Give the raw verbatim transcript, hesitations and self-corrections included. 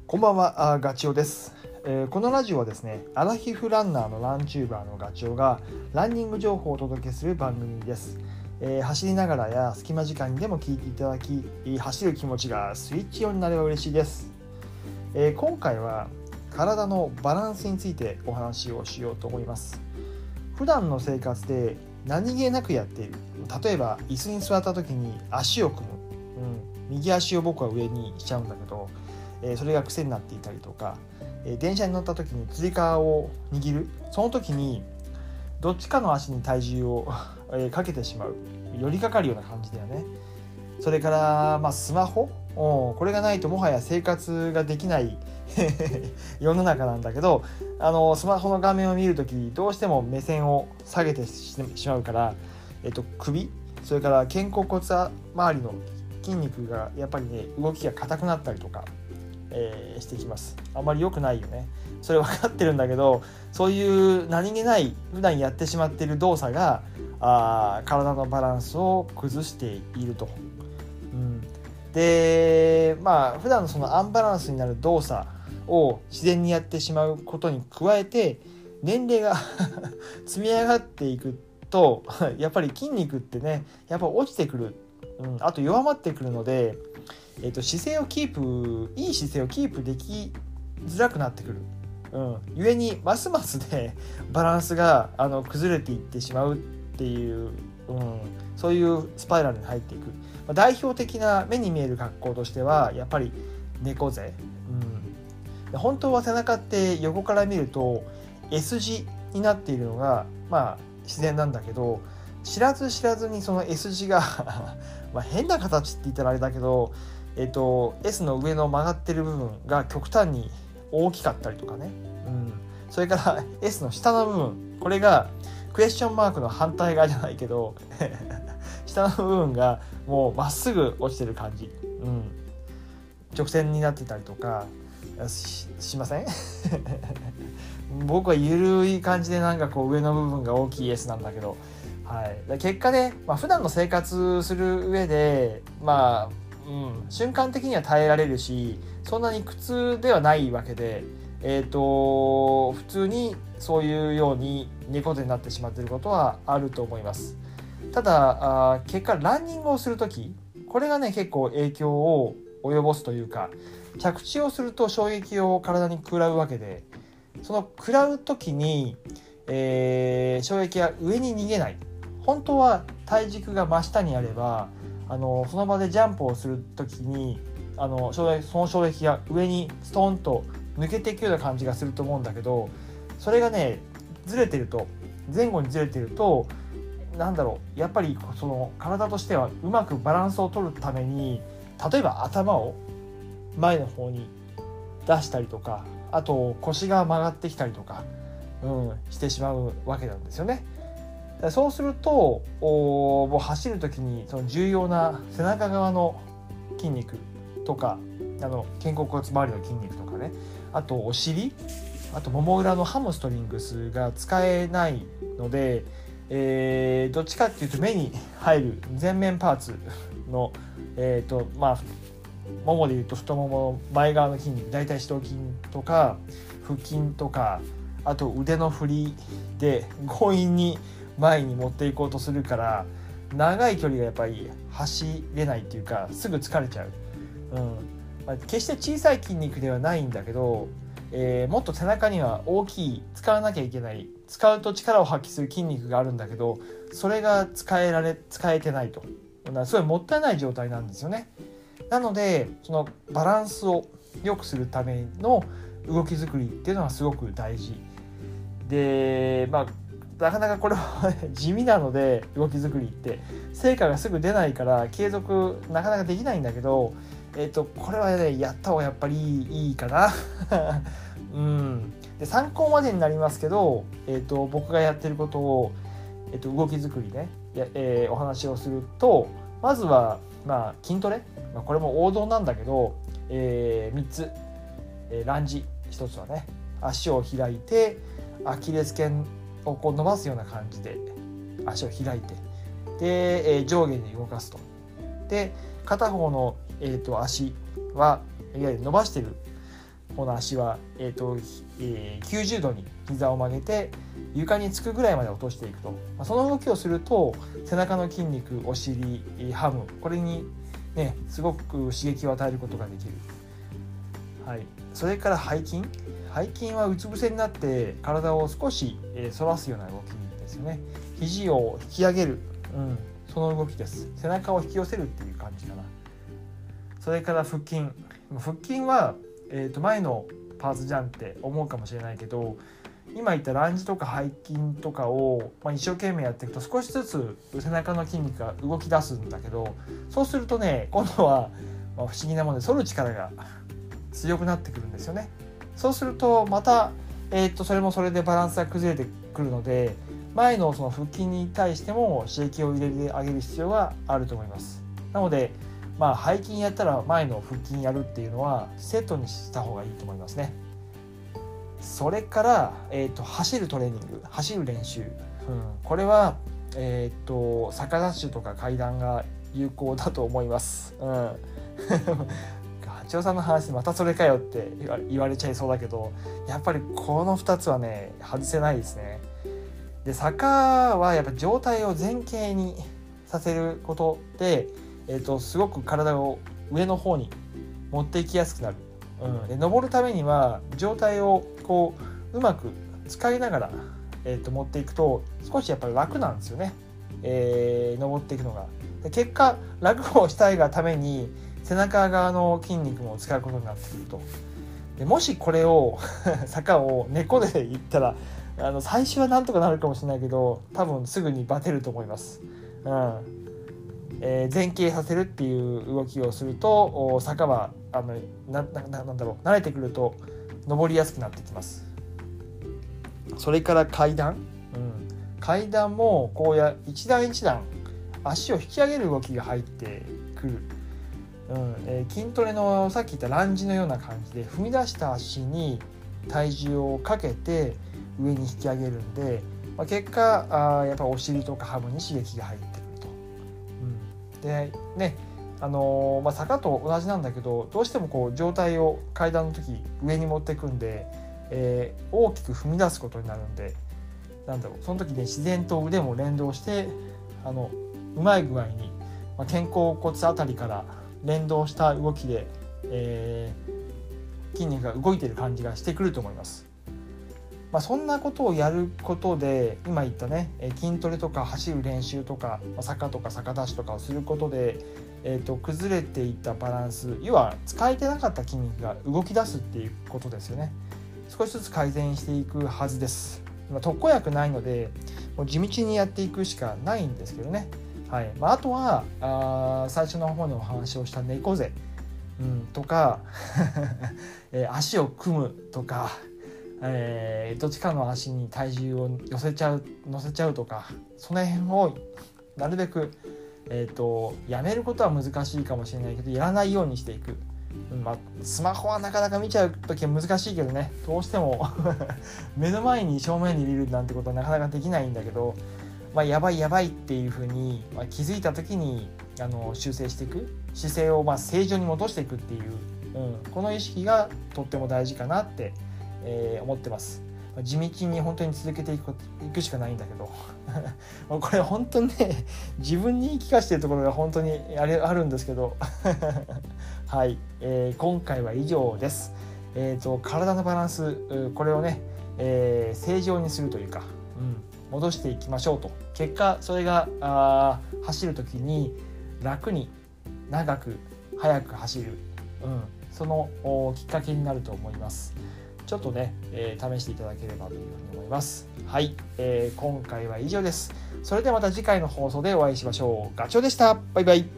こんばんは、あガチオです、えー、このラジオはですね、アラヒフランナーのランチューバーのガチオがランニング情報をお届けする番組です。えー、走りながらや隙間時間にでも聞いていただき、走る気持ちがスイッチオンになれば嬉しいです。えー、今回は体のバランスについてお話をしようと思います。普段の生活で何気なくやっている、例えば椅子に座った時に足を組む、うん、右足を僕は上にしちゃうんだけど、えー、それが癖になっていたりとか、えー、電車に乗った時につり革を握る、その時にどっちかの足に体重をかけてしまう、寄りかかるような感じだよね。それから、まあ、スマホ、これがないともはや生活ができない世の中なんだけど、あのスマホの画面を見るときどうしても目線を下げてしまうから、えっと、首、それから肩甲骨周りの筋肉がやっぱりね、動きが硬くなったりとか、えー、してきます。あんまり良くないよね。それ分かってるんだけど、そういう何気ない普段やってしまっている動作があ体のバランスを崩していると。うん、でまあ普段のそのアンバランスになる動作を自然にやってしまうことに加えて、年齢が積み上がっていくとやっぱり筋肉ってね、やっぱ落ちてくる、うん、あと弱まってくるので、えーと、姿勢をキープいい姿勢をキープできづらくなってくる、うん、故にますますねバランスがあの崩れていってしまうっていう、うん、そういうスパイラルに入っていく。代表的な目に見える格好としてはやっぱり猫背、うん、本当は背中って横から見ると S 字になっているのがまあ自然なんだけど、知らず知らずにその S 字がまあ変な形って言ったらあれだけど、えっと、S の上の曲がってる部分が極端に大きかったりとかね、うん、それから S の下の部分、これがクエスチョンマークの反対側じゃないけど下の部分がもうまっすぐ落ちてる感じ、うん、直線になってたりとか し, しません僕はゆるい感じでなんかこう上の部分が大きい S なんだけど、はい、結果ね、まあ、普段の生活する上でまあうん、瞬間的には耐えられるし、そんなに苦痛ではないわけで、えーと、普通にそういうように猫背になってしまっていることはあると思います。ただあ結果ランニングをするとき、これがね結構影響を及ぼすというか、着地をすると衝撃を体に食らうわけで、その食らうときに、えー、衝撃が上に逃げない。本当は体軸が真下にあれば、あのその場でジャンプをするときにあのその衝撃が上にストーンと抜けていくような感じがすると思うんだけど、それがねずれてると、前後にずれてると、なんだろう、やっぱりその体としてはうまくバランスを取るために、例えば頭を前の方に出したりとか、あと腰が曲がってきたりとか、うん、してしまうわけなんですよね。そうするともう走る時にその重要な背中側の筋肉とか、あの肩甲骨周りの筋肉とかね、あとお尻、あともも裏のハムストリングスが使えないので、えー、どっちかっていうと目に入る前面パーツの、えーとまあ、ももでいうと太ももの前側の筋肉、大腿四頭筋とか腹筋とか、あと腕の振りで強引に前に持っていこうとするから、長い距離がやっぱり走れないっていうか、すぐ疲れちゃう、うんまあ、決して小さい筋肉ではないんだけど、えー、もっと背中には大きい、使わなきゃいけない、使うと力を発揮する筋肉があるんだけど、それが使えられ使えてないと、すごいもったいない状態なんですよね。なのでそのバランスを良くするための動き作りっていうのはすごく大事で、まあなかなかこれは地味なので、動き作りって成果がすぐ出ないから継続なかなかできないんだけど、えーと、これはねやった方がやっぱりいいかな、うん、で参考までになりますけど、えーと、僕がやってることを、えーと、動き作りね、や、えー、お話をすると、まずは、まあ、筋トレ、まあ、これも王道なんだけど、えー、みっつ、えー、ランジ、ひとつはね足を開いてアキレス腱をこう伸ばすような感じで足を開いて、で、えー、上下に動かすと。で片方の、えーと、足はいわゆる伸ばしてる方の足は、えーとえー、きゅうじゅうどに膝を曲げて床につくぐらいまで落としていくと、まあ、その動きをすると背中の筋肉、お尻、ハム、これに、ね、すごく刺激を与えることができる。はい、それから背筋背筋はうつ伏せになって体を少し反らすような動きですよね。肘を引き上げる、うん、その動きです。背中を引き寄せるっていう感じかな。それから腹筋腹筋は、えー、と前のパーツじゃんって思うかもしれないけど、今言ったランジとか背筋とかを、まあ、一生懸命やっていくと少しずつ背中の筋肉が動き出すんだけど、そうするとね今度は、まあ、不思議なもので反る力が強くなってくるんですよね。そうするとまた、えー、とそれもそれでバランスが崩れてくるので、前のその腹筋に対しても刺激を入れてあげる必要があると思います。なので、まあ、背筋やったら前の腹筋やるっていうのはセットにした方がいいと思いますね。それから、えー、と走るトレーニング、走る練習、うん、これは、えー、と坂ダッシュとか階段が有効だと思います。うんガチョウさんの話またそれかよって言われちゃいそうだけど、やっぱりこのふたつはね外せないですね。で坂はやっぱ上体を前傾にさせることで、えー、とすごく体を上の方に持っていきやすくなる。うん、で登るためには上体をこううまく使いながら、えー、と持っていくと少しやっぱり楽なんですよね、えー、登っていくのが。で結果楽をしたいがために背中側の筋肉も使うことになってくると。でもしこれを坂を猫で行ったらあの最初はなんとかなるかもしれないけど、多分すぐにバテると思います。うんえー、前傾させるっていう動きをすると坂はあの な, な, なんだろう慣れてくると登りやすくなってきます。それから階段、うん、階段もこうや一段一段足を引き上げる動きが入ってくる。うんえー、筋トレのさっき言ったランジのような感じで踏み出した足に体重をかけて上に引き上げるんで、まあ、結果あやっぱお尻とかハムに刺激が入ってくると。うん、でねあのーまあ、坂と同じなんだけど、どうしてもこう上体を階段の時上に持っていくんで、えー、大きく踏み出すことになるんで、なんだろうその時ね自然と腕も連動してあのうまい具合に、まあ、肩甲骨あたりから連動した動きで、えー、筋肉が動いている感じがしてくると思います。まあ、そんなことをやることで今言ったね筋トレとか走る練習とか坂とか坂ダッシュとかをすることで、えー、と崩れていったバランス、要は使えてなかった筋肉が動き出すっていうことですよね。少しずつ改善していくはずです。まあ、特効薬ないのでもう地道にやっていくしかないんですけどね。はいまあ、あとはあ最初の方にお話をした猫背、うん、とか、えー、足を組むとか、えー、どっちかの足に体重を寄せちゃう乗せちゃうとか、その辺をなるべく、えー、とやめることは難しいかもしれないけどやらないようにしていく。うんまあ、スマホはなかなか見ちゃうときは難しいけどね、どうしても目の前に正面に見るなんてことはなかなかできないんだけど、まあ、やばいやばいっていうふうに、まあ、気づいた時にあの修正していく姿勢をまあ正常に戻していくっていう、うん、この意識がとっても大事かなって、えー、思ってます。地道に本当に続けていく、いくしかないんだけどこれ本当にね自分に言い聞かせてるところが本当にあれあるんですけどはい、えー、今回は以上です。えーと、体のバランスこれをね、えー、正常にするというか、うん戻していきましょうと。結果それがあ走る時に楽に長く速く走る、うん、そのきっかけになると思います。ちょっとね、えー、試していただければというふうに思います。はい、えー、今回は以上です。それではまた次回の放送でお会いしましょう。ガチョウでした。バイバイ。